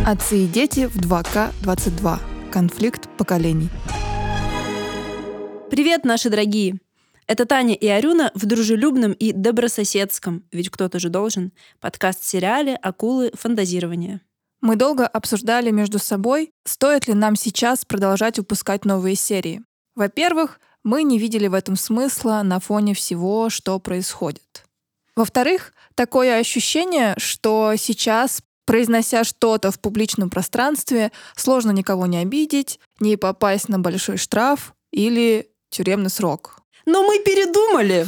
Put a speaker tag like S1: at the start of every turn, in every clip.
S1: Отцы и дети в 2К22. Конфликт поколений.
S2: Привет, наши дорогие! Это Таня и Арюна в дружелюбном и добрососедском, ведь кто-то же должен, подкаст-сериале «Акулы фантазирования».
S1: Мы долго обсуждали между собой, стоит ли нам сейчас продолжать выпускать новые серии. Во-первых, мы не видели в этом смысла на фоне всего, что происходит. Во-вторых, такое ощущение, что сейчас, произнося что-то в публичном пространстве, сложно никого не обидеть, не попасть на большой штраф или тюремный срок.
S2: Но мы передумали!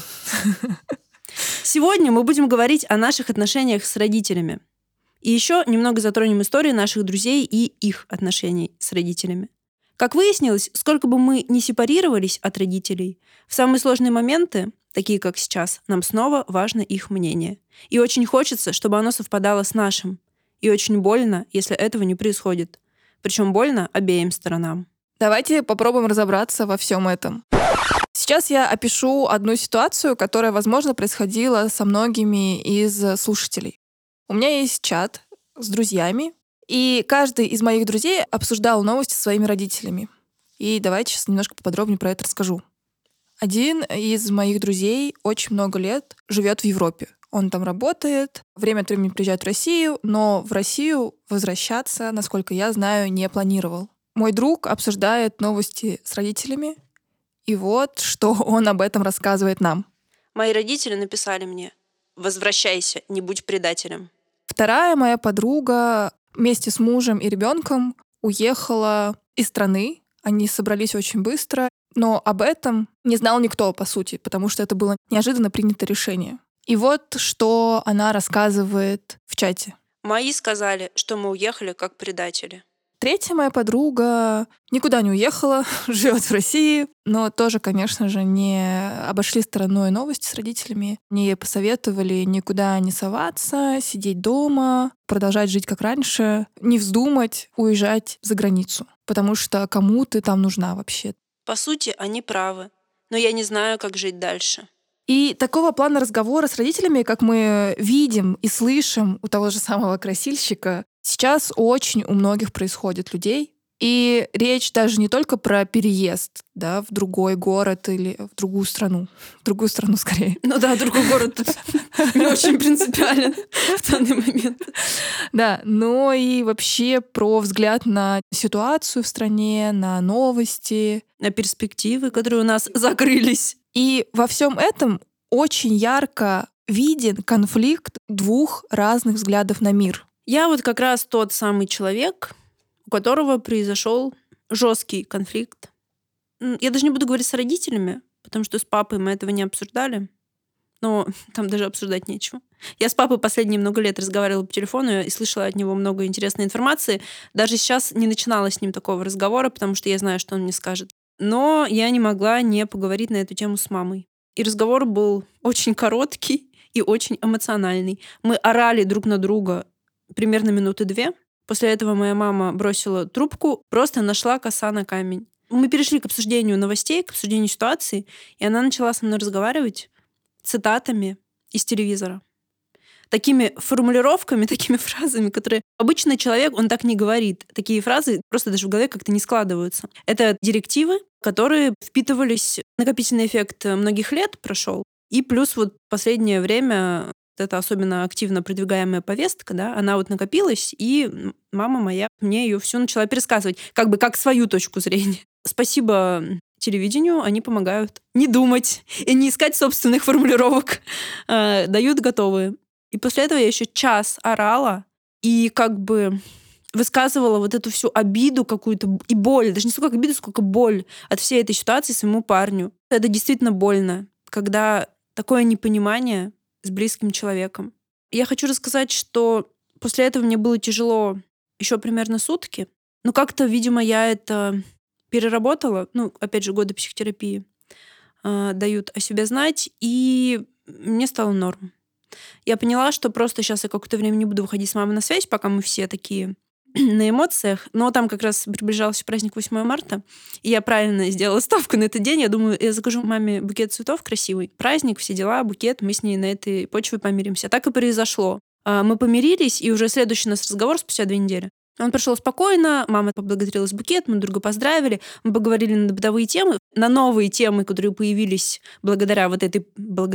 S2: Сегодня мы будем говорить о наших отношениях с родителями. И еще немного затронем истории наших друзей и их отношений с родителями. Как выяснилось, сколько бы мы ни сепарировались от родителей, в самые сложные моменты, такие как сейчас, нам снова важно их мнение. И очень хочется, чтобы оно совпадало с нашим. И очень больно, если этого не происходит. Причем больно обеим сторонам.
S1: Давайте попробуем разобраться во всем этом. Сейчас я опишу одну ситуацию, которая, возможно, происходила со многими из слушателей. У меня есть чат с друзьями, и каждый из моих друзей обсуждал новости со своими родителями. И давайте сейчас немножко поподробнее про это расскажу. Один из моих друзей очень много лет живет в Европе. Он там работает, время от времени приезжает в Россию, но в Россию возвращаться, насколько я знаю, не планировал. Мой друг обсуждает новости с родителями, и вот что он об этом рассказывает нам.
S2: Мои родители написали мне: «Возвращайся, не будь предателем».
S1: Вторая моя подруга вместе с мужем и ребенком уехала из страны. Они собрались очень быстро, но об этом не знал никто, по сути, потому что это было неожиданно принято решение. И вот что она рассказывает в чате.
S2: Мои сказали, что мы уехали как предатели.
S1: Третья моя подруга никуда не уехала, живет в России, но тоже, конечно же, не обошли стороной новости с родителями, не посоветовали никуда не соваться, сидеть дома, продолжать жить как раньше, не вздумать уезжать за границу, потому что кому ты там нужна вообще.
S2: По сути, они правы, но я не знаю, как жить дальше.
S1: И такого плана разговора с родителями, как мы видим и слышим у того же самого красильщика, сейчас очень у многих происходит людей. И речь даже не только про переезд, да, в другой город или в другую страну. В другую страну скорее.
S2: Ну да, другой город тут не очень принципиален в данный момент.
S1: Да, но и вообще про взгляд на ситуацию в стране, на новости.
S2: На перспективы, которые у нас закрылись.
S1: И во всем этом очень ярко виден конфликт двух разных взглядов на мир.
S2: Я вот как раз тот самый человек, у которого произошел жесткий конфликт. Я даже не буду говорить с родителями, потому что с папой мы этого не обсуждали. Но там даже обсуждать нечего. Я с папой последние много лет разговаривала по телефону и слышала от него много интересной информации. Даже сейчас не начинала с ним такого разговора, потому что я знаю, что он мне скажет. Но я не могла не поговорить на эту тему с мамой. И разговор был очень короткий и очень эмоциональный. Мы орали друг на друга примерно минуты 2. После этого моя мама бросила трубку, просто нашла коса на камень. Мы перешли к обсуждению новостей, к обсуждению ситуации, и она начала со мной разговаривать цитатами из телевизора. Такими формулировками, такими фразами, которые обычный человек, он так не говорит. Такие фразы просто даже в голове как-то не складываются. Это директивы, которые впитывались, накопительный эффект многих лет прошел. И плюс вот последнее время это особенно активно продвигаемая повестка, да, она вот накопилась, и мама моя мне ее всю начала пересказывать, как бы как свою точку зрения. Спасибо телевидению, они помогают не думать и не искать собственных формулировок, дают готовые. И после этого я еще час орала и как бы высказывала вот эту всю обиду какую-то и боль, даже не столько обиду, сколько боль от всей этой ситуации своему парню. Это действительно больно, когда такое непонимание с близким человеком. Я хочу рассказать, что после этого мне было тяжело еще примерно сутки, но как-то, видимо, я это переработала. Ну, опять же, годы психотерапии дают о себе знать, и мне стало норм. Я поняла, что просто сейчас я какое-то время не буду выходить с мамой на связь, пока мы все такие на эмоциях. Но там как раз приближался праздник 8 марта, и я правильно сделала ставку на этот день. Я думаю, я закажу маме букет цветов красивый. Праздник, все дела, букет, мы с ней на этой почве помиримся. Так и произошло. Мы помирились, и уже следующий у нас разговор спустя 2 недели Он прошел спокойно, мама поблагодарила за букет, мы друг друга поздравили, мы поговорили на бытовые темы, на новые темы, которые появились благодаря вот этой...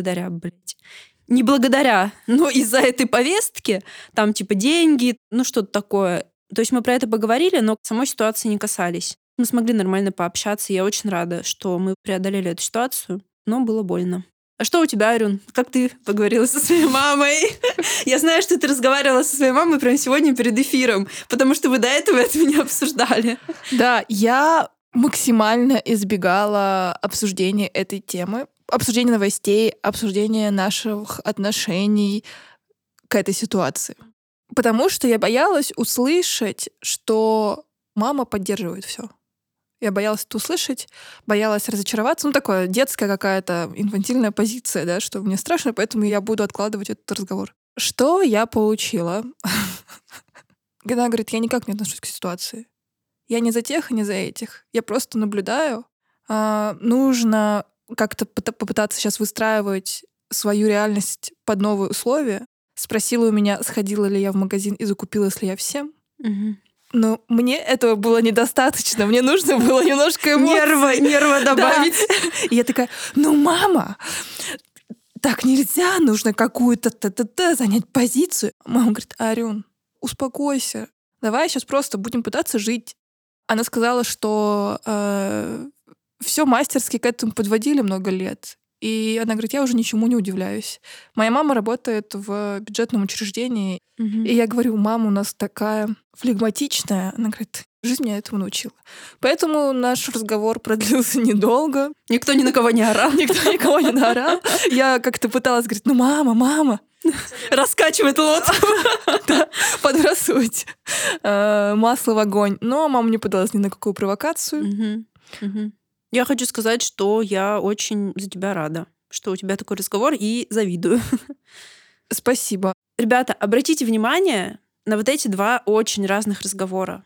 S2: Не благодаря, но из-за этой повестки, там типа деньги, ну что-то такое. То есть мы про это поговорили, но самой ситуации не касались. Мы смогли нормально пообщаться, и я очень рада, что мы преодолели эту ситуацию, но было больно. А что у тебя, Арюн? Как ты поговорила со своей мамой? Я знаю, что ты разговаривала со своей мамой прямо сегодня перед эфиром, потому что вы до этого это не обсуждали.
S1: Да, я максимально избегала обсуждения этой темы, обсуждения новостей, обсуждения наших отношений к этой ситуации. Потому что я боялась услышать, что мама поддерживает все. Я боялась это услышать, боялась разочароваться. Ну, такое детская какая-то инфантильная позиция, да, что мне страшно, поэтому я буду откладывать этот разговор. Что я получила? Она говорит, я никак не отношусь к ситуации. Я не за тех и не за этих. Я просто наблюдаю. Нужно как-то попытаться сейчас выстраивать свою реальность под новые условия. Спросила у меня, сходила ли я в магазин и закупилась ли я всем.
S2: Угу.
S1: Но мне этого было недостаточно. Мне нужно было немножко эмоций.
S2: Нерва добавить.
S1: Да. И я такая, мама, так нельзя, нужно какую-то занять позицию. Мама говорит, Арюн, успокойся. Давай сейчас просто будем пытаться жить. Она сказала, что все мастерски к этому подводили много лет. И она говорит, я уже ничему не удивляюсь. Моя мама работает в бюджетном учреждении. И я говорю, мама у нас такая флегматичная. Она говорит, жизнь меня этому научила. Поэтому наш разговор продлился недолго.
S2: Никто ни на кого не орал.
S1: Никто никого не наорал. Я как-то пыталась говорить, мама.
S2: Раскачивать лодку.
S1: Подбрасывать масло в огонь. Но мама не подалась ни на какую провокацию.
S2: Я хочу сказать, что я очень за тебя рада, что у тебя такой разговор, и завидую.
S1: Спасибо.
S2: Ребята, обратите внимание на вот эти два очень разных разговора.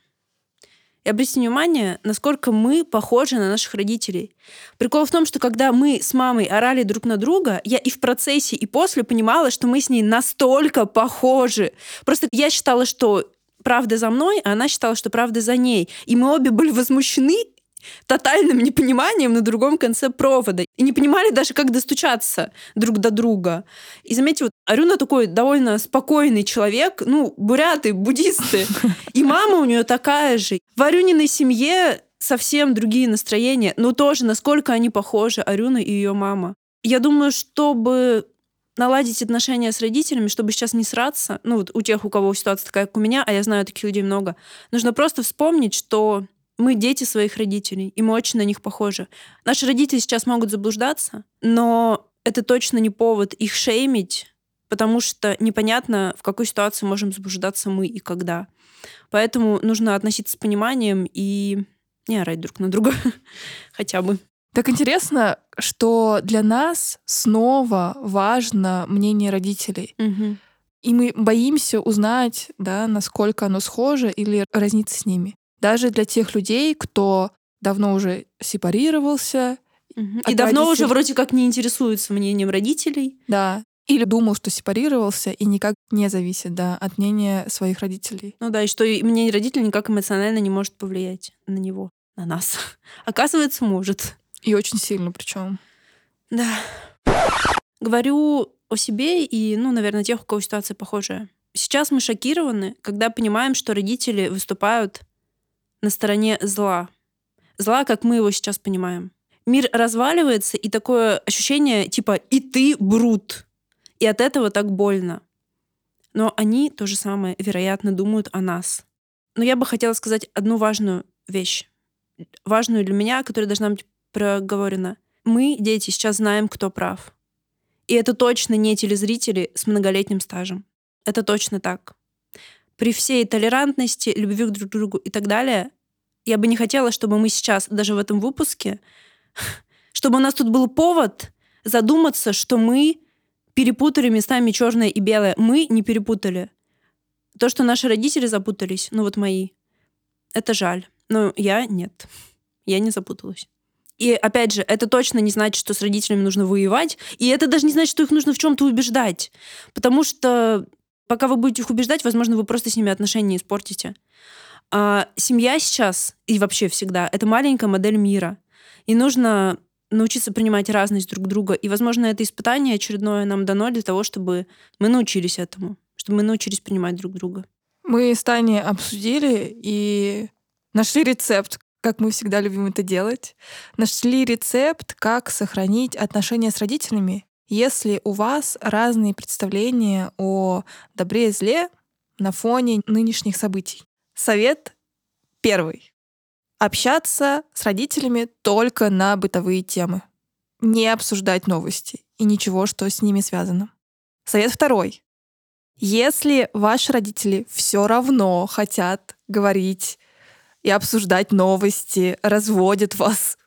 S2: И обратите внимание, насколько мы похожи на наших родителей. Прикол в том, что когда мы с мамой орали друг на друга, я и в процессе, и после понимала, что мы с ней настолько похожи. Просто я считала, что правда за мной, а она считала, что правда за ней. И мы обе были возмущены тотальным непониманием на другом конце провода. И не понимали даже, как достучаться друг до друга. И заметьте, вот Арюна такой довольно спокойный человек, буряты, буддисты. И мама у нее такая же. В Арюниной семье совсем другие настроения, но тоже насколько они похожи, Арюна и ее мама. Я думаю, чтобы наладить отношения с родителями, чтобы сейчас не сраться, у тех, у кого ситуация такая, как у меня, а я знаю таких людей много, нужно просто вспомнить, что мы дети своих родителей, и мы очень на них похожи. Наши родители сейчас могут заблуждаться, но это точно не повод их шеймить, потому что непонятно, в какой ситуации можем заблуждаться мы и когда. Поэтому нужно относиться с пониманием и не орать друг на друга хотя бы.
S1: Так интересно, что для нас снова важно мнение родителей.
S2: Угу.
S1: И мы боимся узнать, насколько оно схоже или разнится с ними. Даже для тех людей, кто давно уже сепарировался.
S2: И давно уже вроде как не интересуется мнением родителей.
S1: Да. Или думал, что сепарировался и никак не зависит от мнения своих родителей.
S2: И что мнение родителей никак эмоционально не может повлиять на него, на нас. Оказывается, может.
S1: И очень сильно причем.
S2: Да. Говорю о себе и, наверное, тех, у кого ситуация похожая. Сейчас мы шокированы, когда понимаем, что родители выступают на стороне зла. Зла, как мы его сейчас понимаем. Мир разваливается, и такое ощущение, типа, и ты брут. И от этого так больно. Но они то же самое, вероятно, думают о нас. Но я бы хотела сказать одну важную вещь. Важную для меня, которая должна быть проговорена. Мы, дети, сейчас знаем, кто прав. И это точно не телезрители с многолетним стажем. Это точно так. При всей толерантности, любви друг к другу и так далее, я бы не хотела, чтобы мы сейчас, даже в этом выпуске, чтобы у нас тут был повод задуматься, что мы перепутали местами черное и белое. Мы не перепутали. То, что наши родители запутались, мои, это жаль. Но я нет. Я не запуталась. И опять же, это точно не значит, что с родителями нужно воевать. И это даже не значит, что их нужно в чем-то убеждать. Потому что пока вы будете их убеждать, возможно, вы просто с ними отношения испортите. Семья сейчас и вообще всегда — это маленькая модель мира. И нужно научиться принимать разность друг друга. И, возможно, это испытание очередное нам дано для того, чтобы мы научились этому, чтобы мы научились принимать друг друга.
S1: Мы с Таней обсудили и нашли рецепт, как мы всегда любим это делать. Нашли рецепт, как сохранить отношения с родителями, если у вас разные представления о добре и зле на фоне нынешних событий. Совет первый. Общаться с родителями только на бытовые темы. Не обсуждать новости и ничего, что с ними связано. Совет второй. Если ваши родители все равно хотят говорить и обсуждать новости, разводят вас,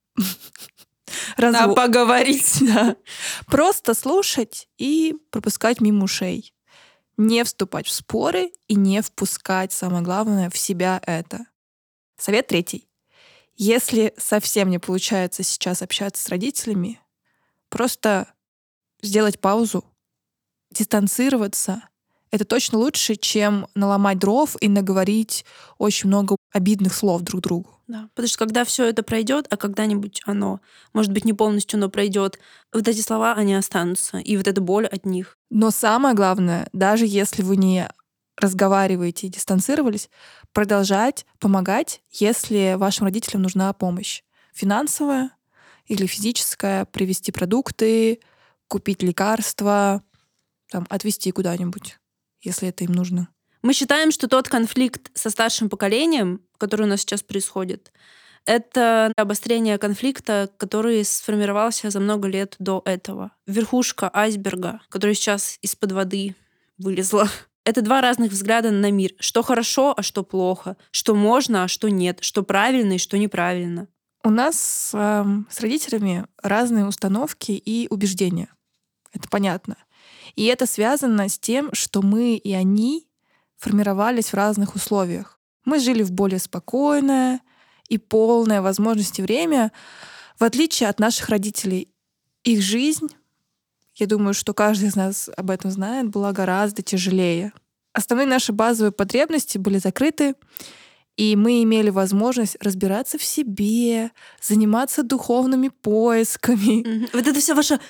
S2: Поговорить.
S1: да, просто слушать и пропускать мимо ушей. Не вступать в споры и не впускать, самое главное, в себя это. Совет третий. Если совсем не получается сейчас общаться с родителями, просто сделать паузу, дистанцироваться. Это точно лучше, чем наломать дров и наговорить очень много обидных слов друг другу.
S2: Да, потому что когда все это пройдет, а когда-нибудь оно, может быть, не полностью, но пройдет, вот эти слова, они останутся, и вот эта боль от них.
S1: Но самое главное, даже если вы не разговариваете и дистанцировались, продолжать помогать, если вашим родителям нужна помощь. Финансовая или физическая, привезти продукты, купить лекарства, отвезти куда-нибудь, если это им нужно.
S2: Мы считаем, что тот конфликт со старшим поколением, который у нас сейчас происходит, это обострение конфликта, который сформировался за много лет до этого. Верхушка айсберга, которая сейчас из-под воды вылезла. Это два разных взгляда на мир. Что хорошо, а что плохо. Что можно, а что нет. Что правильно и что неправильно.
S1: У нас с родителями разные установки и убеждения. Это понятно. И это связано с тем, что мы и они формировались в разных условиях. Мы жили в более спокойное и полное возможности время, в отличие от наших родителей. Их жизнь, я думаю, что каждый из нас об этом знает, была гораздо тяжелее. Основные наши базовые потребности были закрыты, и мы имели возможность разбираться в себе, заниматься духовными поисками.
S2: Вот это вся ваша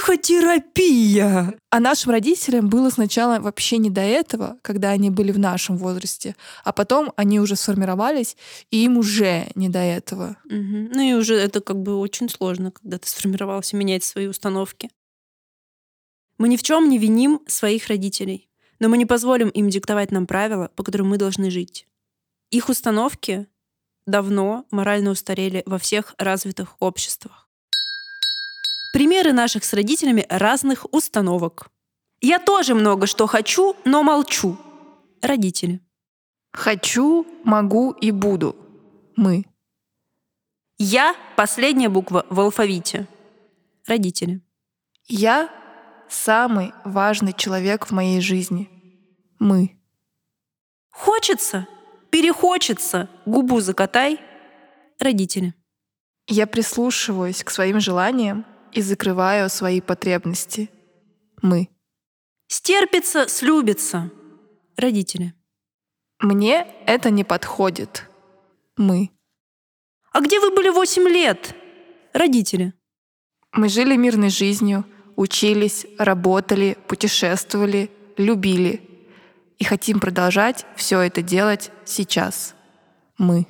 S2: психотерапия.
S1: А нашим родителям было сначала вообще не до этого, когда они были в нашем возрасте, а потом они уже сформировались, и им уже не до этого.
S2: Ну и уже это как бы очень сложно, когда ты сформировался, менять свои установки. Мы ни в чем не виним своих родителей, но мы не позволим им диктовать нам правила, по которым мы должны жить. Их установки давно морально устарели во всех развитых обществах. Примеры наших с родителями разных установок. Я тоже много что хочу, но молчу. Родители.
S1: Хочу, могу и буду. Мы.
S2: Я — последняя буква в алфавите. Родители.
S1: Я самый важный человек в моей жизни. Мы.
S2: Хочется, перехочется, губу закатай. Родители.
S1: Я прислушиваюсь к своим желаниям и закрываю свои потребности. Мы.
S2: Стерпится, слюбится. Родители.
S1: Мне это не подходит. Мы.
S2: А где вы были 8 лет? Родители.
S1: Мы жили мирной жизнью, учились, работали, путешествовали, любили. И хотим продолжать все это делать сейчас. Мы.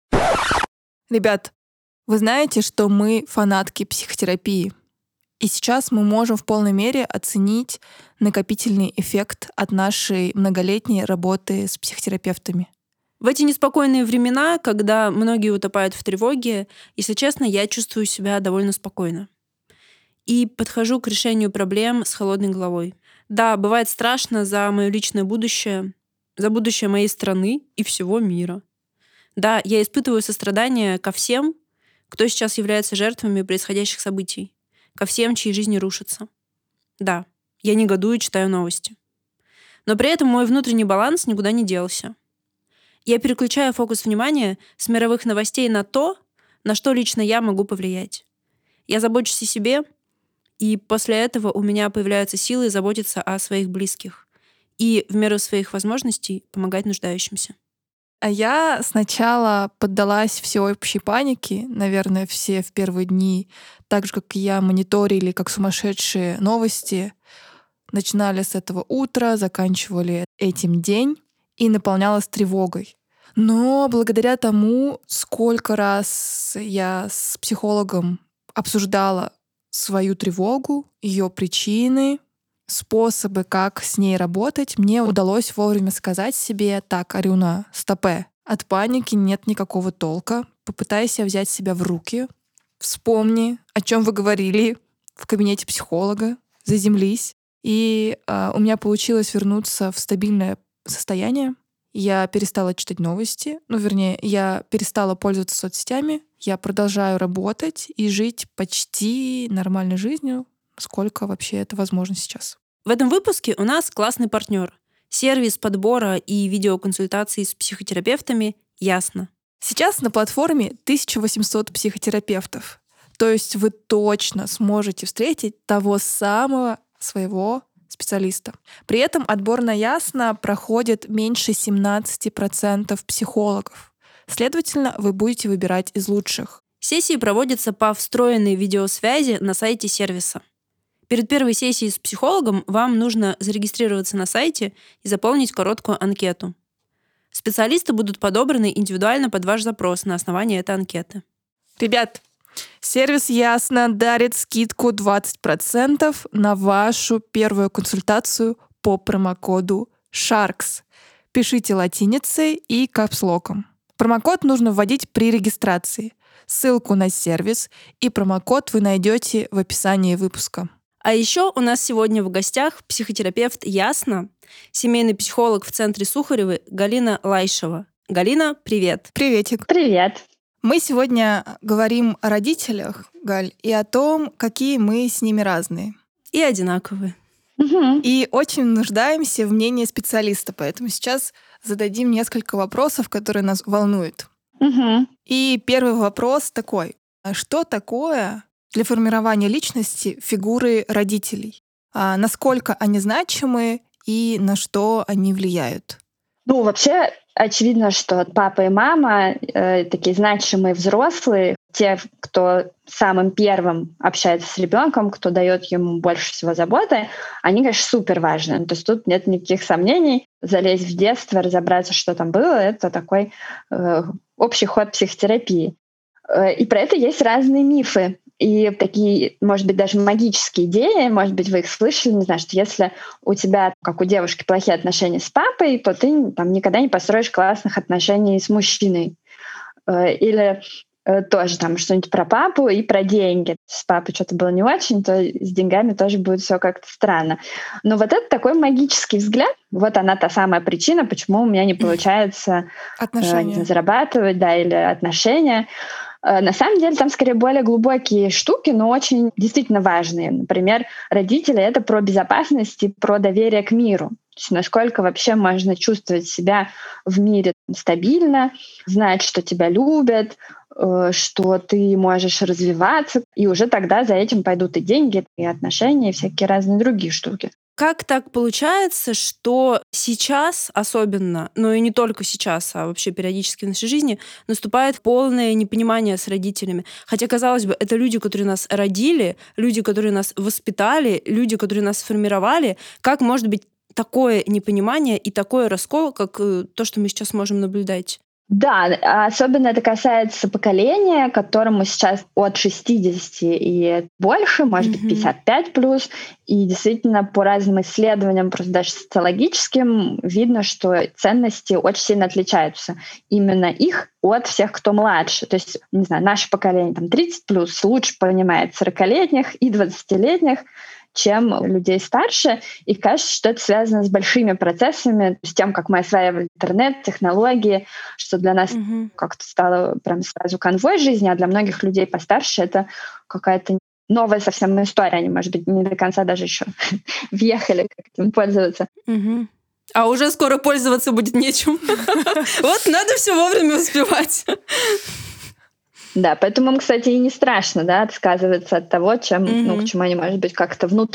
S1: Ребят, вы знаете, что мы фанатки психотерапии. И сейчас мы можем в полной мере оценить накопительный эффект от нашей многолетней работы с психотерапевтами.
S2: В эти неспокойные времена, когда многие утопают в тревоге, если честно, я чувствую себя довольно спокойно. И подхожу к решению проблем с холодной головой. Да, бывает страшно за мое личное будущее, за будущее моей страны и всего мира. Да, я испытываю сострадание ко всем, кто сейчас является жертвами происходящих событий, ко всем, чьи жизни рушатся. Да, я негодую, читаю новости. Но при этом мой внутренний баланс никуда не делся. Я переключаю фокус внимания с мировых новостей на то, на что лично я могу повлиять. Я забочусь о себе, и после этого у меня появляются силы заботиться о своих близких и в меру своих возможностей помогать нуждающимся.
S1: А я сначала поддалась всеобщей панике. Наверное, все в первые дни, так же, как и я, мониторили, как сумасшедшие новости. Начинали с этого утра, заканчивали этим день и наполнялась тревогой. Но благодаря тому, сколько раз я с психологом обсуждала свою тревогу, ее причины, способы, как с ней работать, мне удалось вовремя сказать себе: так, Арюна, стопэ, от паники нет никакого толка. Попытайся взять себя в руки. Вспомни, о чем вы говорили в кабинете психолога. Заземлись. И у меня получилось вернуться в стабильное состояние. Я перестала читать новости. Вернее, я перестала пользоваться соцсетями. Я продолжаю работать и жить почти нормальной жизнью, сколько вообще это возможно сейчас.
S2: В этом выпуске у нас классный партнер. Сервис подбора и видеоконсультаций с психотерапевтами «Ясно».
S1: Сейчас на платформе 1800 психотерапевтов. То есть вы точно сможете встретить того самого своего специалиста. При этом отбор на «Ясно» проходит меньше 17% психологов. Следовательно, вы будете выбирать из лучших.
S2: Сессии проводятся по встроенной видеосвязи на сайте сервиса. Перед первой сессией с психологом вам нужно зарегистрироваться на сайте и заполнить короткую анкету. Специалисты будут подобраны индивидуально под ваш запрос на основании этой анкеты.
S1: Ребят, сервис «Ясно» дарит скидку 20% на вашу первую консультацию по промокоду SHARKS. Пишите латиницей и капслоком. Промокод нужно вводить при регистрации. Ссылку на сервис и промокод вы найдете в описании выпуска.
S2: А еще у нас сегодня в гостях психотерапевт «Ясно», семейный психолог в центре Сухаревой Галина Лайшева. Галина, привет.
S1: Приветик.
S3: Привет.
S1: Мы сегодня говорим о родителях, Галь, и о том, какие мы с ними разные.
S2: И одинаковые.
S3: Угу.
S1: И очень нуждаемся в мнении специалиста, поэтому сейчас зададим несколько вопросов, которые нас волнуют.
S3: Угу.
S1: И первый вопрос такой. А что такое для формирования личности фигуры родителей? Насколько они значимы и на что они влияют?
S3: Вообще, очевидно, что папа и мама такие значимые взрослые, те, кто самым первым общается с ребенком, кто дает ему больше всего заботы, они, конечно, супер важны. То есть тут нет никаких сомнений. Залезть в детство, разобраться, что там было, это такой общий ход психотерапии. И про это есть разные мифы. И такие, может быть, даже магические идеи, может быть, вы их слышали, не знаю, что если у тебя, как у девушки, плохие отношения с папой, то ты там никогда не построишь классных отношений с мужчиной. Или тоже там что-нибудь про папу и про деньги. С папой что-то было не очень, то с деньгами тоже будет все как-то странно. Но вот это такой магический взгляд, вот она та самая причина, почему у меня не получается зарабатывать, или отношения. На самом деле там скорее более глубокие штуки, но очень действительно важные. Например, родители — это про безопасность и про доверие к миру. То есть насколько вообще можно чувствовать себя в мире стабильно, знать, что тебя любят, что ты можешь развиваться, и уже тогда за этим пойдут и деньги, и отношения, и всякие разные другие штуки.
S2: Как так получается, что сейчас особенно, но и не только сейчас, а вообще периодически в нашей жизни, наступает полное непонимание с родителями? Хотя, казалось бы, это люди, которые нас родили, люди, которые нас воспитали, люди, которые нас сформировали. Как может быть такое непонимание и такой раскол, как то, что мы сейчас можем наблюдать?
S3: Да, особенно это касается поколения, которому сейчас от 60 и больше, может быть, 55 плюс. И действительно, по разным исследованиям, просто даже социологическим, видно, что ценности очень сильно отличаются. Именно их от всех, кто младше. То есть, не знаю, наше поколение, 30 плюс, лучше понимает 40-летних и 20-летних, чем людей старше. И кажется, что это связано с большими процессами, с тем, как мы осваивали интернет, технологии, что для нас как-то стало прям сразу конвой жизни, а для многих людей постарше это какая-то новая совсем история. Они, может быть, не до конца даже еще въехали, как этим пользоваться.
S2: А уже скоро пользоваться будет нечем. Вот надо все вовремя успевать.
S3: Да, поэтому им, кстати, и не страшно, отказываться от того, чем, к чему они, может быть, как-то внутренне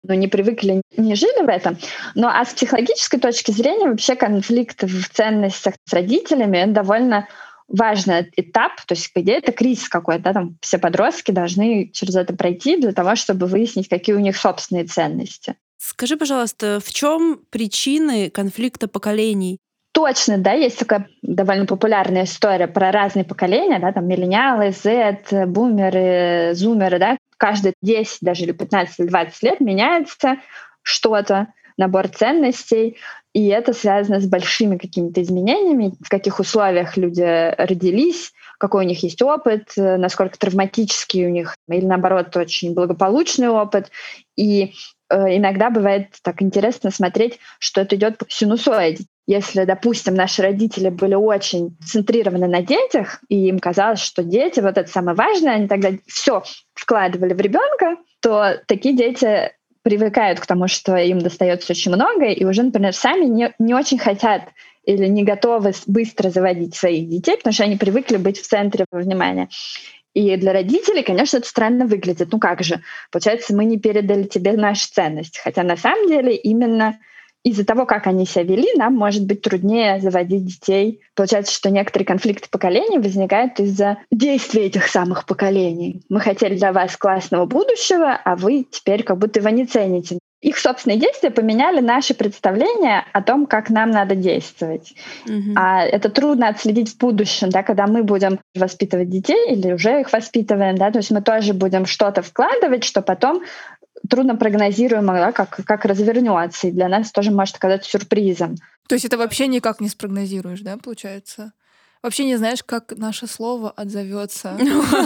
S3: не привыкли, не жили в этом. А с психологической точки зрения вообще конфликт в ценностях с родителями — это довольно важный этап. То есть, по идее, это кризис какой-то. Там все подростки должны через это пройти для того, чтобы выяснить, какие у них собственные ценности.
S2: Скажи, пожалуйста, в чем причины конфликта поколений?
S3: Точно, да, есть такая довольно популярная история про разные поколения, да, там миллениалы, Z, бумеры, зумеры, да. Каждые 10, даже или 15 или 20 лет меняется что-то, набор ценностей, и это связано с большими какими-то изменениями, в каких условиях люди родились, какой у них есть опыт, насколько травматический у них, или наоборот, очень благополучный опыт. И иногда бывает так интересно смотреть, что это идет по синусоиде. Если, допустим, наши родители были очень центрированы на детях, и им казалось, что дети, вот это самое важное, они тогда все вкладывали в ребенка, то такие дети привыкают к тому, что им достается очень много, и уже, например, сами не очень хотят или не готовы быстро заводить своих детей, потому что они привыкли быть в центре внимания. И для родителей, конечно, это странно выглядит. Как же? Получается, мы не передали тебе наши ценности. Хотя на самом деле именно из-за того, как они себя вели, нам может быть труднее заводить детей. Получается, что некоторые конфликты поколений возникают из-за действий этих самых поколений. Мы хотели для вас классного будущего, а вы теперь как будто его не цените. Их собственные действия поменяли наши представления о том, как нам надо действовать. А это трудно отследить в будущем, да, когда мы будем воспитывать детей или уже их воспитываем, да, то есть мы тоже будем что-то вкладывать, что потом трудно прогнозируемо, да, как развернется, и для нас тоже может оказаться сюрпризом.
S1: То есть это вообще никак не спрогнозируешь, да, получается? Вообще не знаешь, как наше слово отзовется.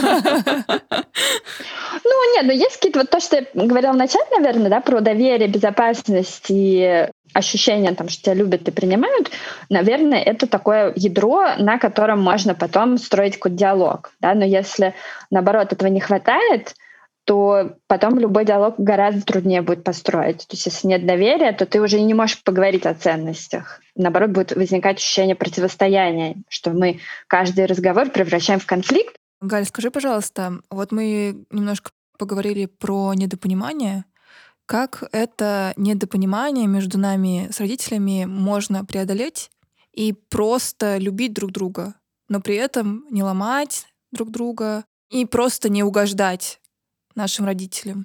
S3: Нет, есть какие-то, вот то, что я говорила вначале, наверное, да, про доверие, безопасность и ощущение, там, что тебя любят и принимают, наверное, это такое ядро, на котором можно потом строить какой-то диалог. Да? Но если, наоборот, этого не хватает, то потом любой диалог гораздо труднее будет построить. То есть если нет доверия, то ты уже и не можешь поговорить о ценностях. Наоборот, будет возникать ощущение противостояния, что мы каждый разговор превращаем в конфликт.
S1: Галь, скажи, пожалуйста, вот мы немножко поговорили про недопонимание. Как это недопонимание между нами с родителями можно преодолеть и просто любить друг друга, но при этом не ломать друг друга и просто не угождать нашим родителям?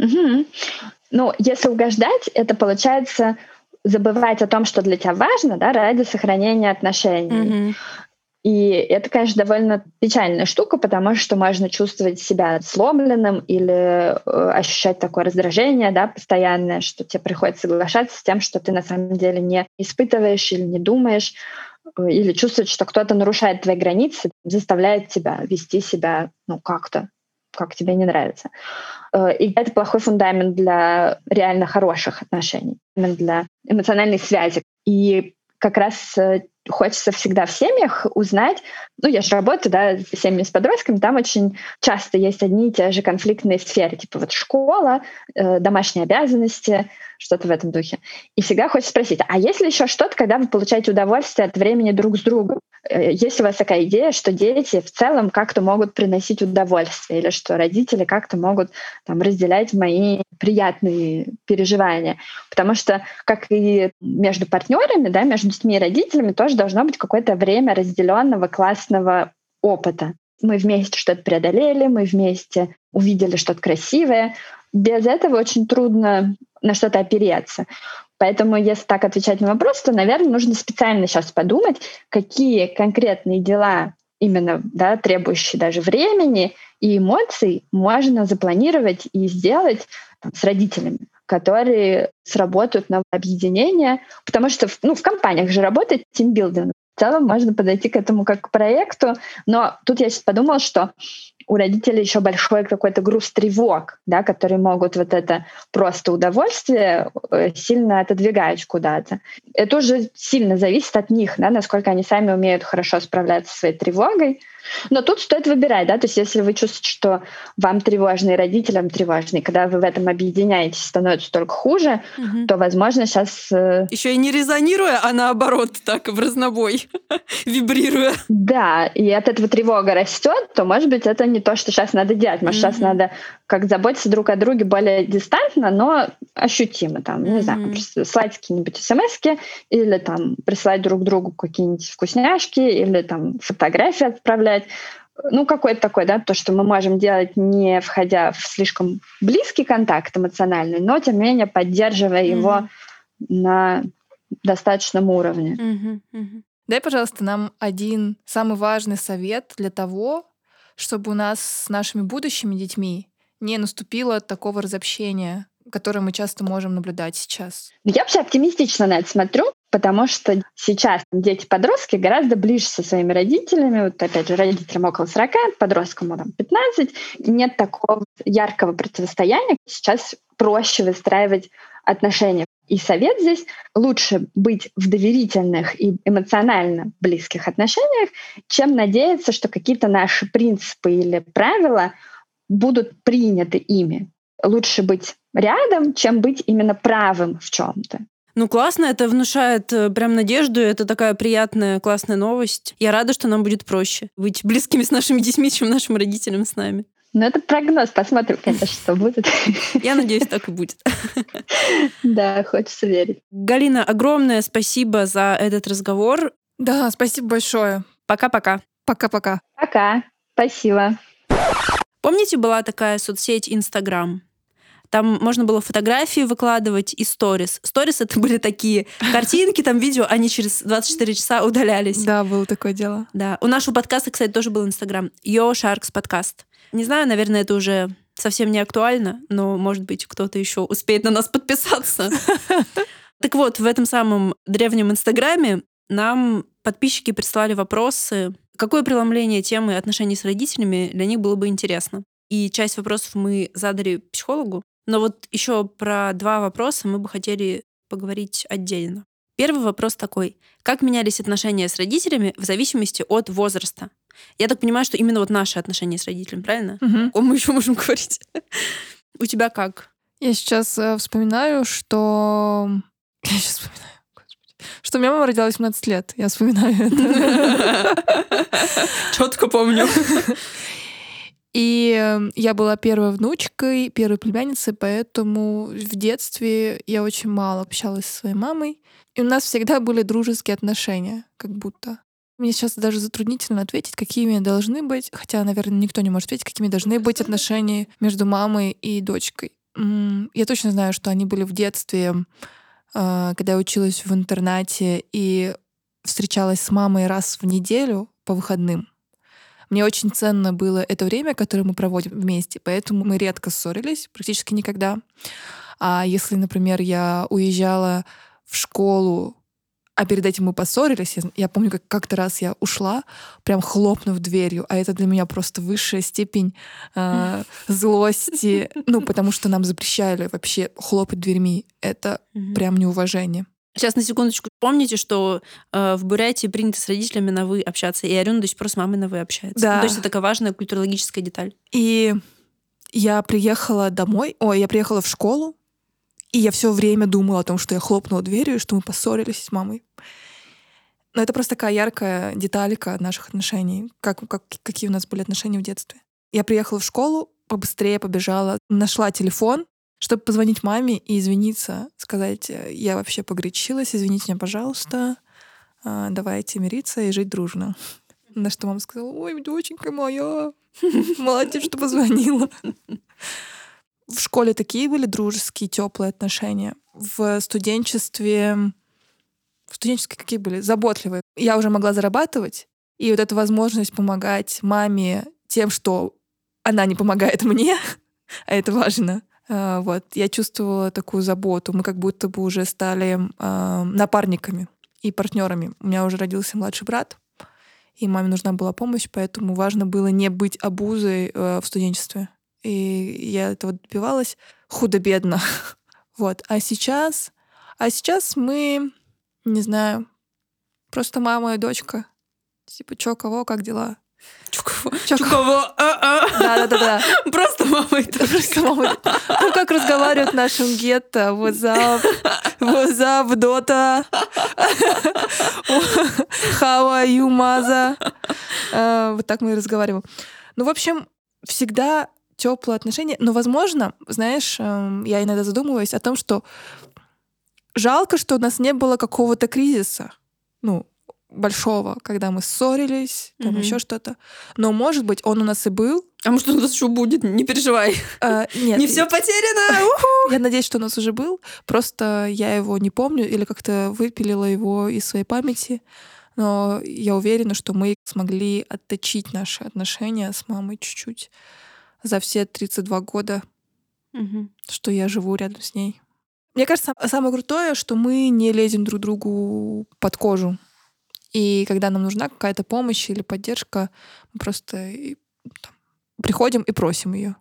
S3: Если угождать, это получается забывать о том, что для тебя важно, да, ради сохранения отношений. И это, конечно, довольно печальная штука, потому что можно чувствовать себя сломленным или ощущать такое раздражение, да, постоянное, что тебе приходится соглашаться с тем, что ты на самом деле не испытываешь или не думаешь, или чувствовать, что кто-то нарушает твои границы, заставляет тебя вести себя как-то, как тебе не нравится. И это плохой фундамент для реально хороших отношений, именно для эмоциональной связи. И как раз хочется всегда в семьях узнать, я же работаю, да, с семьями с подростками, там очень часто есть одни и те же конфликтные сферы, типа вот школа, домашние обязанности, что-то в этом духе. И всегда хочется спросить, а есть ли еще что-то, когда вы получаете удовольствие от времени друг с другом? Есть ли у вас такая идея, что дети в целом как-то могут приносить удовольствие, или что родители как-то могут там разделять мои приятные переживания? Потому что, как и между партнерами, да, между детьми и родителями, тоже должно быть какое-то время разделенного классного опыта. Мы вместе что-то преодолели, мы вместе увидели что-то красивое. Без этого очень трудно на что-то опереться. Поэтому, если так отвечать на вопрос, то, наверное, нужно специально сейчас подумать, какие конкретные дела, именно, да, требующие даже времени и эмоций, можно запланировать и сделать с родителями, которые сработают на объединение. Потому что в компаниях же работает тимбилдинг. В целом можно подойти к этому как к проекту. Но тут я сейчас подумала, что у родителей еще большой какой-то груз тревог, да, которые могут вот это просто удовольствие сильно отодвигать куда-то. Это уже сильно зависит от них, да, насколько они сами умеют хорошо справляться со своей тревогой. Но тут стоит выбирать, да, то есть если вы чувствуете, что вам тревожно и родителям тревожно, и когда вы в этом объединяетесь, становится только хуже, то, возможно, сейчас...
S2: Еще и не резонируя, а наоборот так в разнобой, вибрируя.
S3: Да, и от этого тревога растет, то, может быть, это не то, что сейчас надо делать. Может, сейчас надо как заботиться друг о друге более дистантно, но ощутимо. Там, не знаю, присылать какие-нибудь смс-ки или там присылать друг другу какие-нибудь вкусняшки или там фотографии отправлять. Ну, какой-то такой, да, то, что мы можем делать, не входя в слишком близкий контакт эмоциональный, но, тем не менее, поддерживая его на достаточном уровне.
S1: Дай, пожалуйста, нам один самый важный совет для того, чтобы у нас с нашими будущими детьми не наступило такого разобщения, которое мы часто можем наблюдать сейчас.
S3: Я вообще оптимистично на это смотрю, потому что сейчас дети-подростки гораздо ближе со своими родителями. Вот опять же, родителям около 40, подросткам там 15. Нет такого яркого противостояния. Сейчас проще выстраивать отношения. И совет здесь: лучше быть в доверительных и эмоционально близких отношениях, чем надеяться, что какие-то наши принципы или правила будут приняты ими. Лучше быть рядом, чем быть именно правым в чем-то.
S2: Ну, классно, это внушает прям надежду, это такая приятная, классная новость. Я рада, что нам будет проще быть близкими с нашими детьми, чем нашим родителям с нами.
S3: Ну, это прогноз, посмотрим, конечно, что будет.
S2: Я надеюсь, так и будет.
S3: Да, хочется верить.
S2: Галина, огромное спасибо за этот разговор.
S1: Да, спасибо большое.
S2: Пока-пока.
S1: Пока-пока.
S3: Пока. Спасибо.
S2: Помните, была такая соцсеть Инстаграм? Там можно было фотографии выкладывать и сторис. Сторис — это были такие картинки, там видео, они через 24 часа удалялись.
S1: Да, было такое дело.
S2: Да. У нашего подкаста, кстати, тоже был Инстаграм. Yo Sharks подкаст. Не знаю, наверное, это уже совсем не актуально, но, может быть, кто-то еще успеет на нас подписаться. Так вот, в этом самом древнем Инстаграме нам подписчики прислали вопросы, какое преломление темы отношений с родителями для них было бы интересно. И часть вопросов мы задали психологу, но вот еще про 2 вопроса мы бы хотели поговорить отдельно. Первый вопрос такой: как менялись отношения с родителями в зависимости от возраста? Я так понимаю, что именно вот наши отношения с родителями, правильно? О ком мы еще можем говорить? У тебя как?
S1: Я сейчас вспоминаю, что... Что у меня мама родилась в 17 лет. Я вспоминаю это.
S2: Четко помню.
S1: И я была первой внучкой, первой племянницей, поэтому в детстве я очень мало общалась со своей мамой. И у нас всегда были дружеские отношения, как будто. Мне сейчас даже затруднительно ответить, какими должны быть, хотя, наверное, никто не может ответить, какими должны быть отношения между мамой и дочкой. Я точно знаю, что они были в детстве, когда я училась в интернате и встречалась с мамой раз в неделю по выходным. Мне очень ценно было это время, которое мы проводим вместе, поэтому мы редко ссорились, практически никогда. А если, например, я уезжала в школу, а перед этим мы поссорились, я помню, как как-то раз я ушла, прям хлопнув дверью, а это для меня просто высшая степень злости, потому что нам запрещали вообще хлопать дверьми. Это прям неуважение.
S2: Сейчас, на секундочку, помните, что в Бурятии принято с родителями на «вы» общаться, и Арюна до сих пор с мамой на «вы» общается.
S1: Да.
S2: То есть это такая важная культурологическая деталь.
S1: И я приехала я приехала в школу, и я все время думала о том, что я хлопнула дверью, и что мы поссорились с мамой. Но это просто такая яркая деталька наших отношений, какие у нас были отношения в детстве. Я приехала в школу, побыстрее побежала, нашла телефон, чтобы позвонить маме и извиниться, сказать: я вообще погорячилась, извините меня, пожалуйста, давайте мириться и жить дружно. На что мама сказала: ой, доченька моя, молодец, что позвонила. В школе такие были дружеские, теплые отношения. В студенчестве какие были? Заботливые. Я уже могла зарабатывать, и вот эта возможность помогать маме тем, что она не помогает мне, а это важно. Я чувствовала такую заботу. Мы как будто бы уже стали напарниками и партнерами. У меня уже родился младший брат, и маме нужна была помощь, поэтому важно было не быть обузой в студенчестве. И я этого добивалась худо-бедно. А сейчас мы, не знаю, просто мама и дочка. Типа, чё, кого, как дела?
S2: Чё, кого?
S1: Да.
S2: Просто мама и дочка.
S1: Просто мама. Ну, как разговаривают в нашем гетто. What's up, Дота? How are you, Маза? Вот так мы и разговариваем. В общем, всегда теплые отношения. Но, возможно, знаешь, я иногда задумываюсь о том, что жалко, что у нас не было какого-то кризиса, большого, когда мы ссорились, там еще что-то. Но, может быть, он у нас и был.
S2: А может, у нас еще будет? Не переживай.
S1: Нет.
S2: Не все потеряно.
S1: Я надеюсь, что у нас уже был. Просто я его не помню или как-то выпилила его из своей памяти. Но я уверена, что мы смогли отточить наши отношения с мамой чуть-чуть за все 32 года, что я живу рядом с ней. Мне кажется, самое крутое, что мы не лезем друг другу под кожу. И когда нам нужна какая-то помощь или поддержка, мы просто приходим и просим ее.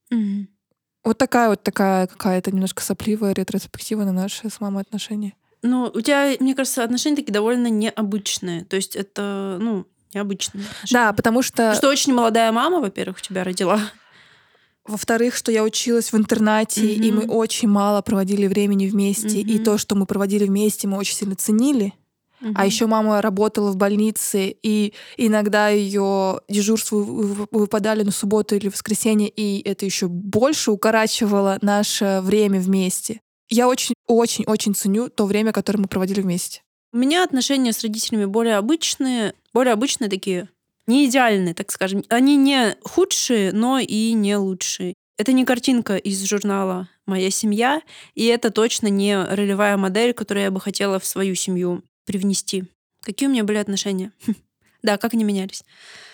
S1: Вот такая какая-то немножко сопливая ретроспектива на наши с мамой отношения.
S2: Ну, у тебя, мне кажется, отношения такие довольно необычные. То есть это, необычные отношения.
S1: Да, потому что...
S2: Что очень молодая мама, во-первых, тебя родила.
S1: Во-вторых, что я училась в интернате, и мы очень мало проводили времени вместе. И то, что мы проводили вместе, мы очень сильно ценили. А еще мама работала в больнице, и иногда ее дежурства выпадали на субботу или воскресенье, и это еще больше укорачивало наше время вместе. Я очень-очень-очень ценю то время, которое мы проводили вместе.
S2: У меня отношения с родителями более обычные такие, не идеальные, так скажем. Они не худшие, но и не лучшие. Это не картинка из журнала «Моя семья», и это точно не ролевая модель, которую я бы хотела в свою семью привнести. Какие у меня были отношения? Да, как они менялись.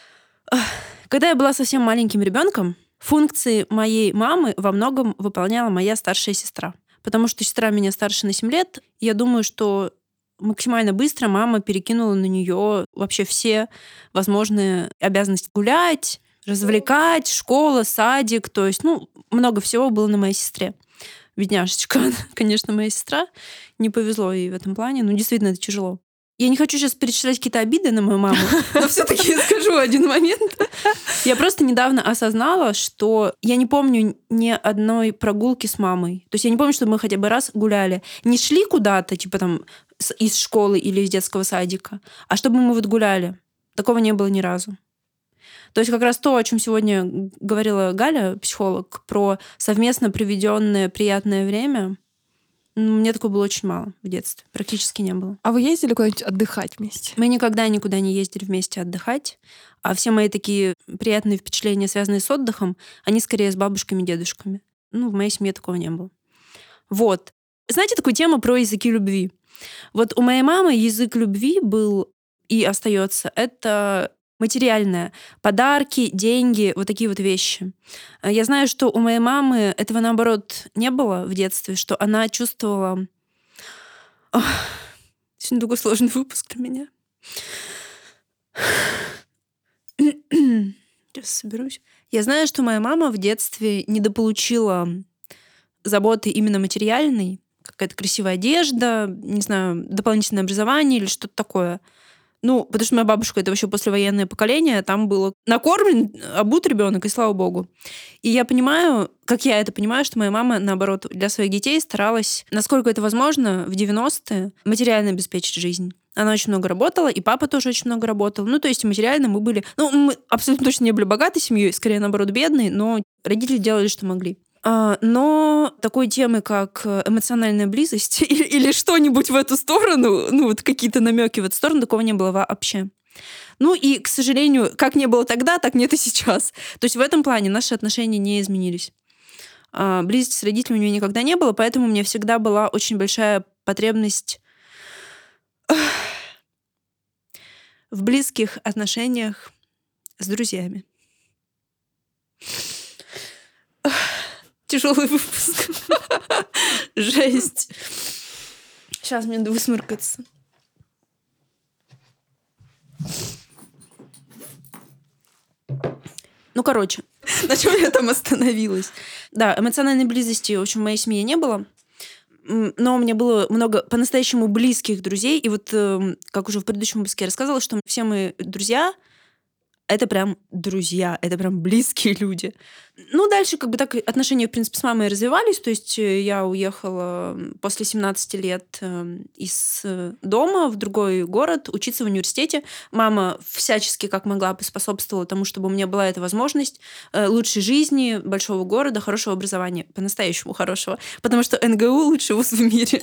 S2: Когда я была совсем маленьким ребенком, функции моей мамы во многом выполняла моя старшая сестра. Потому что сестра меня старше на 7 лет. И я думаю, что максимально быстро мама перекинула на нее вообще все возможные обязанности: гулять, развлекать, школа, садик. То есть, много всего было на моей сестре. Бедняжечка, конечно, моя сестра. Не повезло ей в этом плане. Действительно, это тяжело. Я не хочу сейчас перечислять какие-то обиды на мою маму, но все-таки скажу один момент. Я просто недавно осознала, что я не помню ни одной прогулки с мамой. То есть я не помню, чтобы мы хотя бы раз гуляли. Не шли куда-то, типа там из школы или из детского садика, а чтобы мы гуляли. Такого не было ни разу. То есть как раз то, о чем сегодня говорила Галя, психолог, про совместно проведенное приятное время, мне такого было очень мало в детстве. Практически не было.
S1: А вы ездили куда-нибудь отдыхать вместе?
S2: Мы никогда никуда не ездили вместе отдыхать. А все мои такие приятные впечатления, связанные с отдыхом, они скорее с бабушками и дедушками. В моей семье такого не было. Вот. Знаете такую тему про языки любви? Вот у моей мамы язык любви был и остается. Это материальное. Подарки, деньги, вот такие вот вещи. Я знаю, что у моей мамы этого, наоборот, не было в детстве, что она чувствовала... Сегодня такой сложный выпуск для меня. Сейчас соберусь. Я знаю, что моя мама в детстве недополучила заботы именно материальной, какая-то красивая одежда, не знаю, дополнительное образование или что-то такое. Потому что моя бабушка — это вообще послевоенное поколение, там было накормлен, обут ребенок, и слава богу. И я понимаю, как я это понимаю, что моя мама, наоборот, для своих детей старалась, насколько это возможно, в 90-е материально обеспечить жизнь. Она очень много работала, и папа тоже очень много работал. То есть материально мы были... мы абсолютно точно не были богатой семьей, скорее, наоборот, бедной, но родители делали, что могли. Но такой темы, как эмоциональная близость или что-нибудь в эту сторону, какие-то намеки в эту сторону, такого не было вообще. И, к сожалению, как не было тогда, так нет и сейчас. То есть в этом плане наши отношения не изменились. Близости с родителями у меня никогда не было, поэтому у меня всегда была очень большая потребность в близких отношениях с друзьями. Тяжелый выпуск. Жесть. Сейчас мне надо высморкаться. На чем я там остановилась? Да, эмоциональной близости, в общем, в моей семье не было. Но у меня было много по-настоящему близких друзей. И как уже в предыдущем выпуске я рассказывала, что все мои друзья это прям друзья, это прям близкие люди. Ну, дальше как бы так отношения, в принципе, с мамой развивались. То есть я уехала после 17 лет из дома в другой город учиться в университете. Мама всячески как могла способствовала тому, чтобы у меня была эта возможность лучшей жизни, большого города, хорошего образования, по-настоящему хорошего. Потому что НГУ лучший вуз в мире.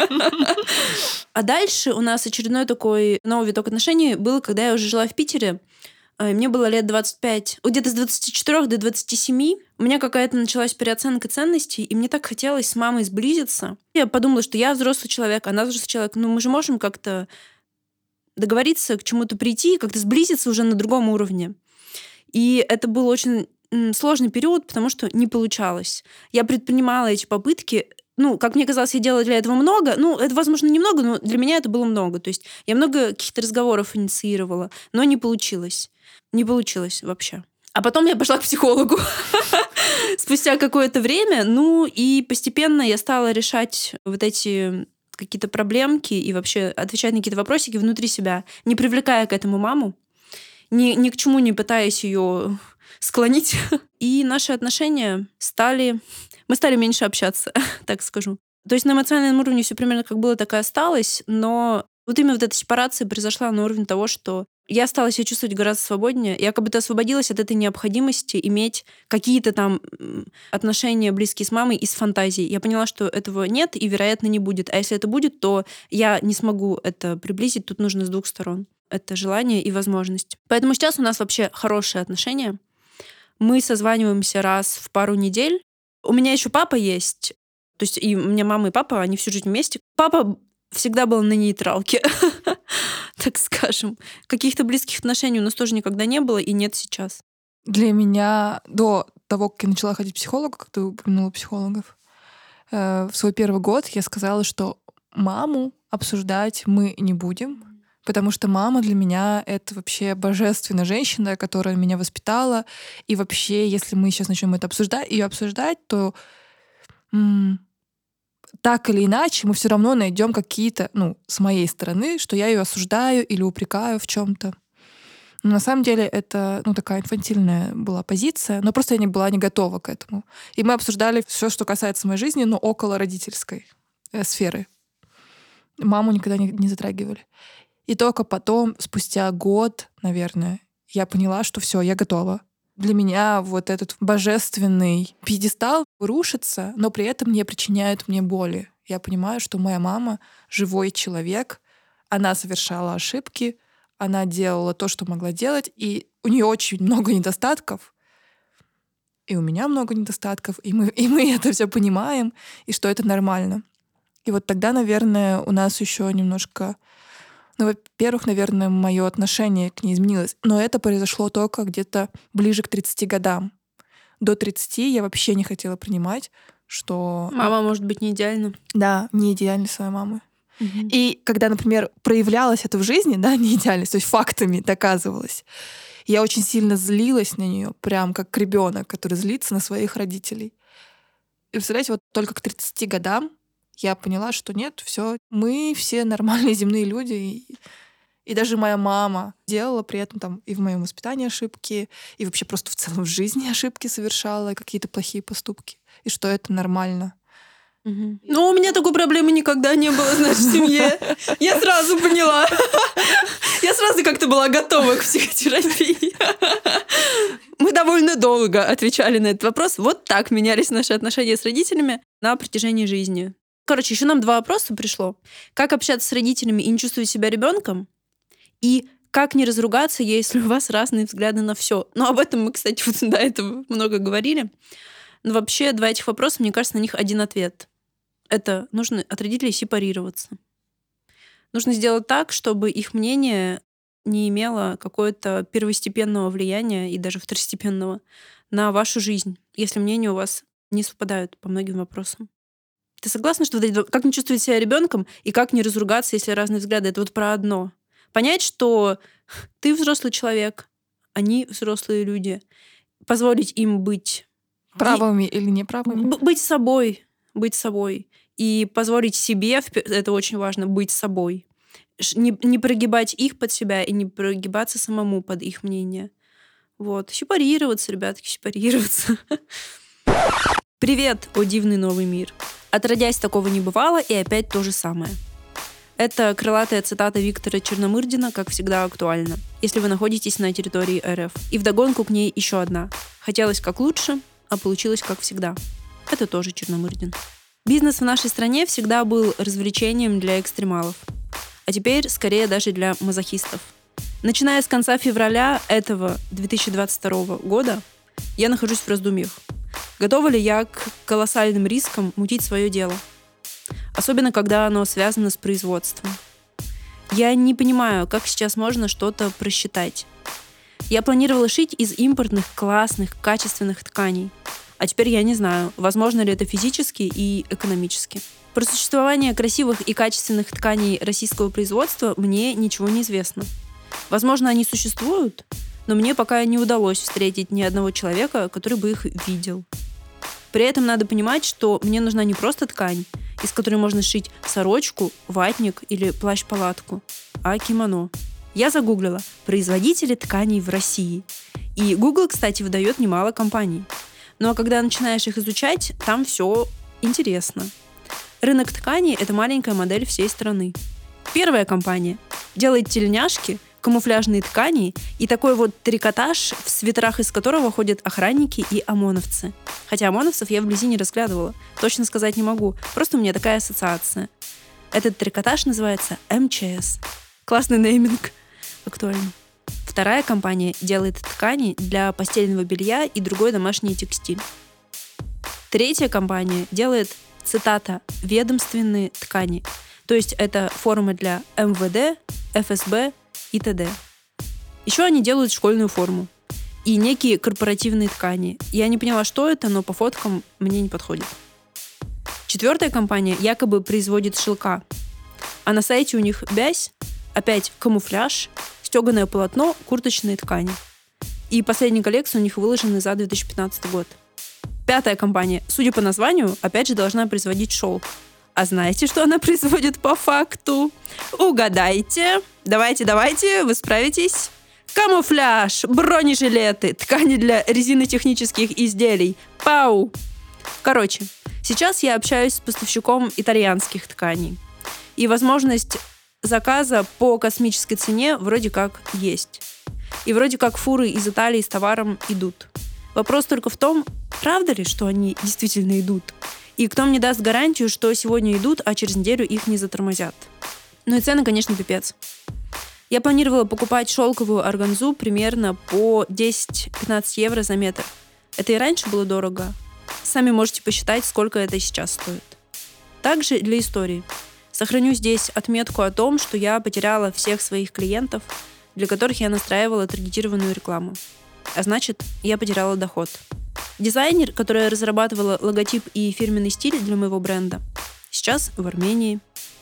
S2: А дальше у нас очередной такой новый виток отношений был, когда я уже жила в Питере. Мне было лет 25, где-то с 24 до 27. У меня какая-то началась переоценка ценностей, и мне так хотелось с мамой сблизиться. Я подумала, что я взрослый человек, она взрослый человек. Ну, мы же можем как-то договориться, к чему-то прийти, как-то сблизиться уже на другом уровне. И это был очень сложный период, потому что не получалось. Я предпринимала эти попытки. Ну, как мне казалось, я делала для этого много. Ну, это, возможно, немного, но для меня это было много. То есть я много каких-то разговоров инициировала, но не получилось. Не получилось вообще. А потом я пошла к психологу спустя какое-то время. Ну, и постепенно я стала решать вот эти какие-то проблемки и вообще отвечать на какие-то вопросики внутри себя, не привлекая к этому маму, ни к чему не пытаясь ее склонить. И наши отношения стали... Мы стали меньше общаться, так скажу. То есть на эмоциональном уровне все примерно как было, так и осталось, но вот именно вот эта сепарация произошла на уровне того, что я стала себя чувствовать гораздо свободнее. Я как будто освободилась от этой необходимости иметь какие-то там отношения близкие с мамой из фантазий. Я поняла, что этого нет и, вероятно, не будет. А если это будет, то я не смогу это приблизить. Тут нужно с двух сторон. Это желание и возможность. Поэтому сейчас у нас вообще хорошие отношения. Мы созваниваемся раз в пару недель. У меня еще папа есть. То есть и у меня мама и папа, они всю жизнь вместе. Папа всегда был на нейтралке, так скажем. Каких-то близких отношений у нас тоже никогда не было и нет сейчас.
S1: Для меня до того, как я начала ходить к психологу, как ты упомянула психологов, в свой первый год я сказала, что маму обсуждать мы не будем, потому что мама для меня — это вообще божественная женщина, которая меня воспитала. И вообще, если мы сейчас начнем это обсуждать, то так или иначе мы все равно найдем какие-то, с моей стороны, что я ее осуждаю или упрекаю в чем-то. Но на самом деле это, такая инфантильная была позиция, но просто я не была не готова к этому. И мы обсуждали все, что касается моей жизни, но около родительской сферы. Маму никогда не затрагивали. И только потом, спустя год, наверное, я поняла, что все, я готова. Для меня вот этот божественный пьедестал рушится, но при этом не причиняет мне боли. Я понимаю, что моя мама — живой человек, она совершала ошибки, она делала то, что могла делать, и у нее очень много недостатков, и у меня много недостатков, и мы это все понимаем, и что это нормально. И вот тогда, наверное, у нас еще немножко... во-первых, наверное, мое отношение к ней изменилось. Но это произошло только где-то ближе к 30 годам. До 30 я вообще не хотела принимать, что...
S2: Мама может быть не идеальна.
S1: Да, не идеальна своя мама. И когда, например, проявлялось это в жизни, да, не идеальность, то есть фактами доказывалось, я очень сильно злилась на нее, прям как ребенок, который злится на своих родителей. И представляете, вот только к 30 годам я поняла, что нет, все, мы все нормальные земные люди. И даже моя мама делала при этом там и в моем воспитании ошибки, и вообще просто в целом в жизни ошибки совершала, и какие-то плохие поступки. И что это нормально.
S2: Ну, у меня такой проблемы никогда не было, значит, в семье. Я сразу поняла. Я сразу как-то была готова к психотерапии. Мы довольно долго отвечали на этот вопрос. Вот так менялись наши отношения с родителями на протяжении жизни. Короче, еще нам 2 вопроса пришло. Как общаться с родителями и не чувствовать себя ребенком? И как не разругаться, если у вас разные взгляды на все? Ну, об этом мы, кстати, вот до этого много говорили. Но вообще 2 этих вопроса, мне кажется, на них один ответ. Это нужно от родителей сепарироваться. Нужно сделать так, чтобы их мнение не имело какое-то первостепенного влияния и даже второстепенного на вашу жизнь, если мнения у вас не совпадают по многим вопросам. Ты согласна, что как не чувствовать себя ребенком и как не разругаться, если разные взгляды? Это вот про одно. Понять, что ты взрослый человек, они взрослые люди. Позволить им быть...
S1: Правыми или неправыми?
S2: Быть собой. И позволить себе, это очень важно, быть собой. Не прогибать их под себя и не прогибаться самому под их мнение. Вот. Сепарироваться, ребятки, сепарироваться. Привет, о дивный новый мир. Отродясь, такого не бывало, и опять то же самое. Это крылатая цитата Виктора Черномырдина, как всегда, актуальна, если вы находитесь на территории РФ. И вдогонку к ней еще одна. Хотелось как лучше, а получилось как всегда. Это тоже Черномырдин. Бизнес в нашей стране всегда был развлечением для экстремалов. А теперь, скорее, даже для мазохистов. Начиная с конца февраля этого 2022 года, я нахожусь в раздумьях. Готова ли я к колоссальным рискам мутить свое дело? Особенно, когда оно связано с производством. Я не понимаю, как сейчас можно что-то просчитать. Я планировала шить из импортных, классных, качественных тканей. А теперь я не знаю, возможно ли это физически и экономически. Про существование красивых и качественных тканей российского производства мне ничего не известно. Возможно, они существуют, но мне пока не удалось встретить ни одного человека, который бы их видел. При этом надо понимать, что мне нужна не просто ткань, из которой можно сшить сорочку, ватник или плащ-палатку, а кимоно. Я загуглила «производители тканей в России». И Google, кстати, выдает немало компаний. Ну а когда начинаешь их изучать, там все интересно. Рынок тканей – это маленькая модель всей страны. Первая компания делает тельняшки, камуфляжные ткани и такой вот трикотаж, в свитерах из которого ходят охранники и ОМОНовцы. Хотя ОМОНовцев я вблизи не разглядывала, точно сказать не могу, просто у меня такая ассоциация. Этот трикотаж называется МЧС. Классный нейминг, актуально. Вторая компания делает ткани для постельного белья и другой домашний текстиль. Третья компания делает, цитата, «ведомственные ткани». То есть это форма для МВД, ФСБ и т.д. Еще они делают школьную форму и некие корпоративные ткани. Я не поняла, что это, но по фоткам мне не подходит. Четвертая компания якобы производит шелка. А на сайте у них бязь, опять камуфляж, стеганое полотно, курточные ткани. И последние коллекции у них выложены за 2015 год. Пятая компания, судя по названию, опять же должна производить шелк. А знаете, что она производит по факту? Угадайте. Давайте, вы справитесь. Камуфляж, бронежилеты, ткани для резинотехнических изделий. Пау! Короче, сейчас я общаюсь с поставщиком итальянских тканей. И возможность заказа по космической цене вроде как есть. И вроде как фуры из Италии с товаром идут. Вопрос только в том, правда ли, что они действительно идут? И кто мне даст гарантию, что сегодня идут, а через неделю их не затормозят? Ну и цены, конечно, пипец. Я планировала покупать шелковую органзу примерно по 10-15 евро за метр. Это и раньше было дорого. Сами можете посчитать, сколько это сейчас стоит. Также для истории. Сохраню здесь отметку о том, что я потеряла всех своих клиентов, для которых я настраивала таргетированную рекламу. А значит, я потеряла доход. Дизайнер, которая разрабатывала логотип и фирменный стиль для моего бренда, сейчас в Армении.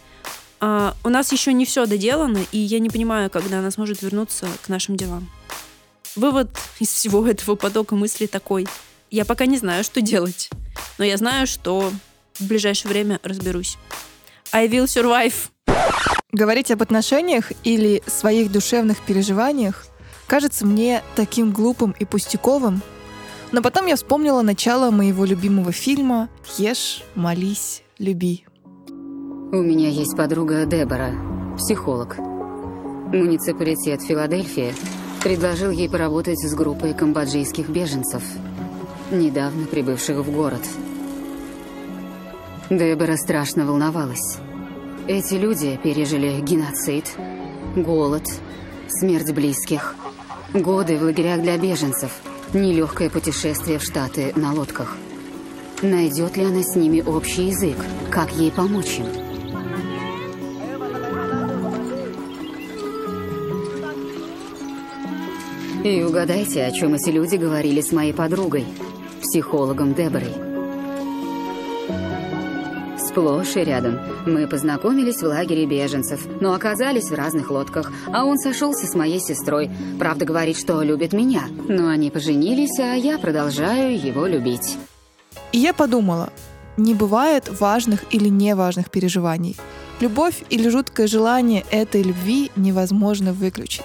S2: У нас еще не все доделано, и я не понимаю, когда она сможет вернуться к нашим делам. Вывод из всего этого потока мыслей такой. Я пока не знаю, что делать, но я знаю, что в ближайшее время разберусь. I will survive.
S1: Говорить об отношениях или своих душевных переживаниях кажется мне таким глупым и пустяковым, но потом я вспомнила начало моего любимого фильма «Ешь, молись, люби».
S4: У меня есть подруга Дебора, психолог. Муниципалитет Филадельфия предложил ей поработать с группой камбоджийских беженцев, недавно прибывших в город. Дебора страшно волновалась. Эти люди пережили геноцид, голод, смерть близких, годы в лагерях для беженцев, нелегкое путешествие в Штаты на лодках. Найдет ли она с ними общий язык? Как ей помочь им? И угадайте, о чем эти люди говорили с моей подругой, психологом Деборой. Сплошь и рядом. Мы познакомились в лагере беженцев, но оказались в разных лодках, а он сошелся с моей сестрой. Правда, говорит, что любит меня, но они поженились, а я продолжаю его любить.
S1: И я подумала, не бывает важных или неважных переживаний. Любовь или жуткое желание этой любви невозможно выключить.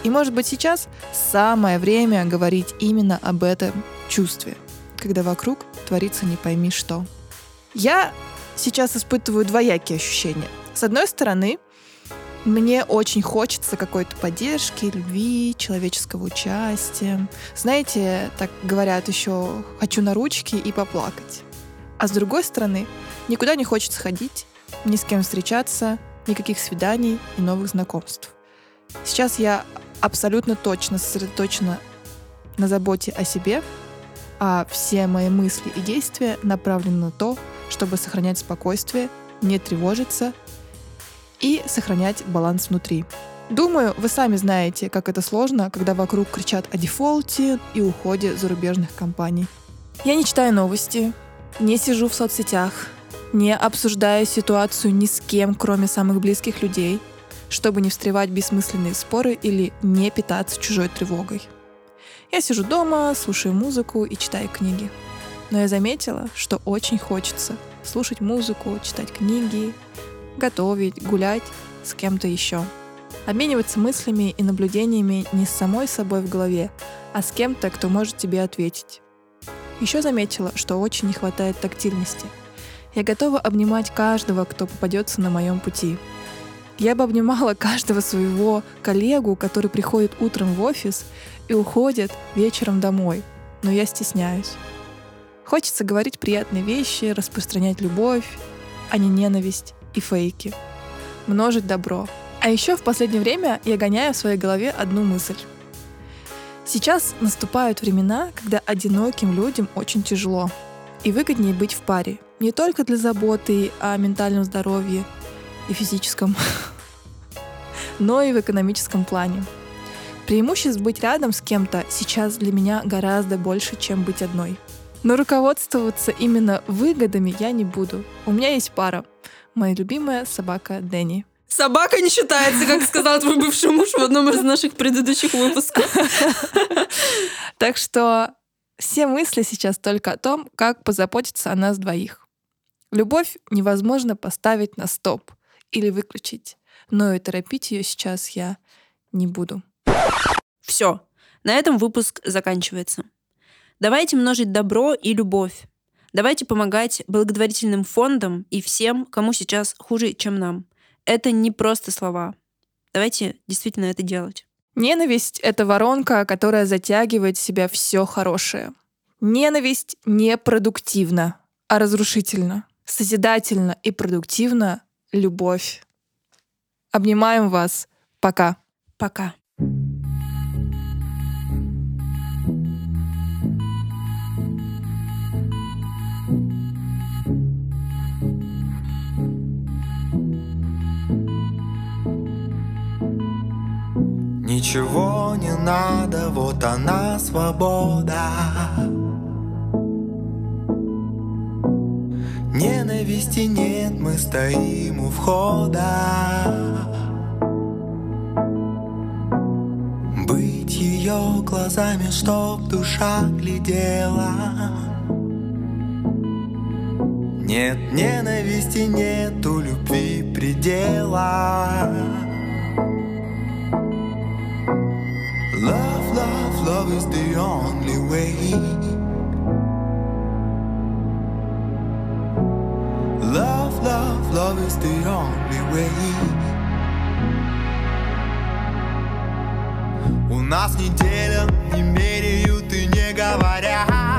S1: И, может быть, сейчас самое время говорить именно об этом чувстве, когда вокруг творится не пойми что. Я сейчас испытываю двоякие ощущения. С одной стороны, мне очень хочется какой-то поддержки, любви, человеческого участия. Знаете, так говорят еще «хочу на ручки и поплакать». А с другой стороны, никуда не хочется ходить, ни с кем встречаться, никаких свиданий и новых знакомств. Сейчас я абсолютно точно сосредоточена на заботе о себе, а все мои мысли и действия направлены на то, чтобы сохранять спокойствие, не тревожиться и сохранять баланс внутри. Думаю, вы сами знаете, как это сложно, когда вокруг кричат о дефолте и уходе зарубежных компаний. Я не читаю новости, не сижу в соцсетях, не обсуждаю ситуацию ни с кем, кроме самых близких людей, чтобы не встревать в бессмысленные споры или не питаться чужой тревогой. Я сижу дома, слушаю музыку и читаю книги. Но я заметила, что очень хочется слушать музыку, читать книги, готовить, гулять с кем-то еще. Обмениваться мыслями и наблюдениями не с самой собой в голове, а с кем-то, кто может тебе ответить. Еще заметила, что очень не хватает тактильности. Я готова обнимать каждого, кто попадется на моем пути. Я бы обнимала каждого своего коллегу, который приходит утром в офис и уходит вечером домой, но я стесняюсь. Хочется говорить приятные вещи, распространять любовь, а не ненависть и фейки. Множить добро. А еще в последнее время я гоняю в своей голове одну мысль. Сейчас наступают времена, когда одиноким людям очень тяжело. И выгоднее быть в паре. Не только для заботы о ментальном здоровье и физическом, но и в экономическом плане. Преимуществ быть рядом с кем-то сейчас для меня гораздо больше, чем быть одной. Но руководствоваться именно выгодами я не буду. У меня есть пара. Моя любимая собака Дэнни.
S2: Собака не считается, как сказал твой бывший муж в одном из наших предыдущих выпусков.
S1: Так что все мысли сейчас только о том, как позаботиться о нас двоих. Любовь невозможно поставить на стоп или выключить, но и торопить ее сейчас я не буду.
S2: Все, на этом выпуск заканчивается. Давайте множить добро и любовь. Давайте помогать благотворительным фондам и всем, кому сейчас хуже, чем нам. Это не просто слова. Давайте действительно это делать.
S1: Ненависть — это воронка, которая затягивает в себя все хорошее. Ненависть не продуктивна, а разрушительна. Созидательно и продуктивно — любовь. Обнимаем вас. Пока.
S2: Пока.
S5: Ничего не надо, вот она свобода. Ненависти нет, мы стоим у входа. Быть ее глазами, чтоб душа глядела. Нет ненависти, нету любви предела. Love, love, love is the only way. Love, love, love is the only way. У нас неделя, не меряют и не говорят.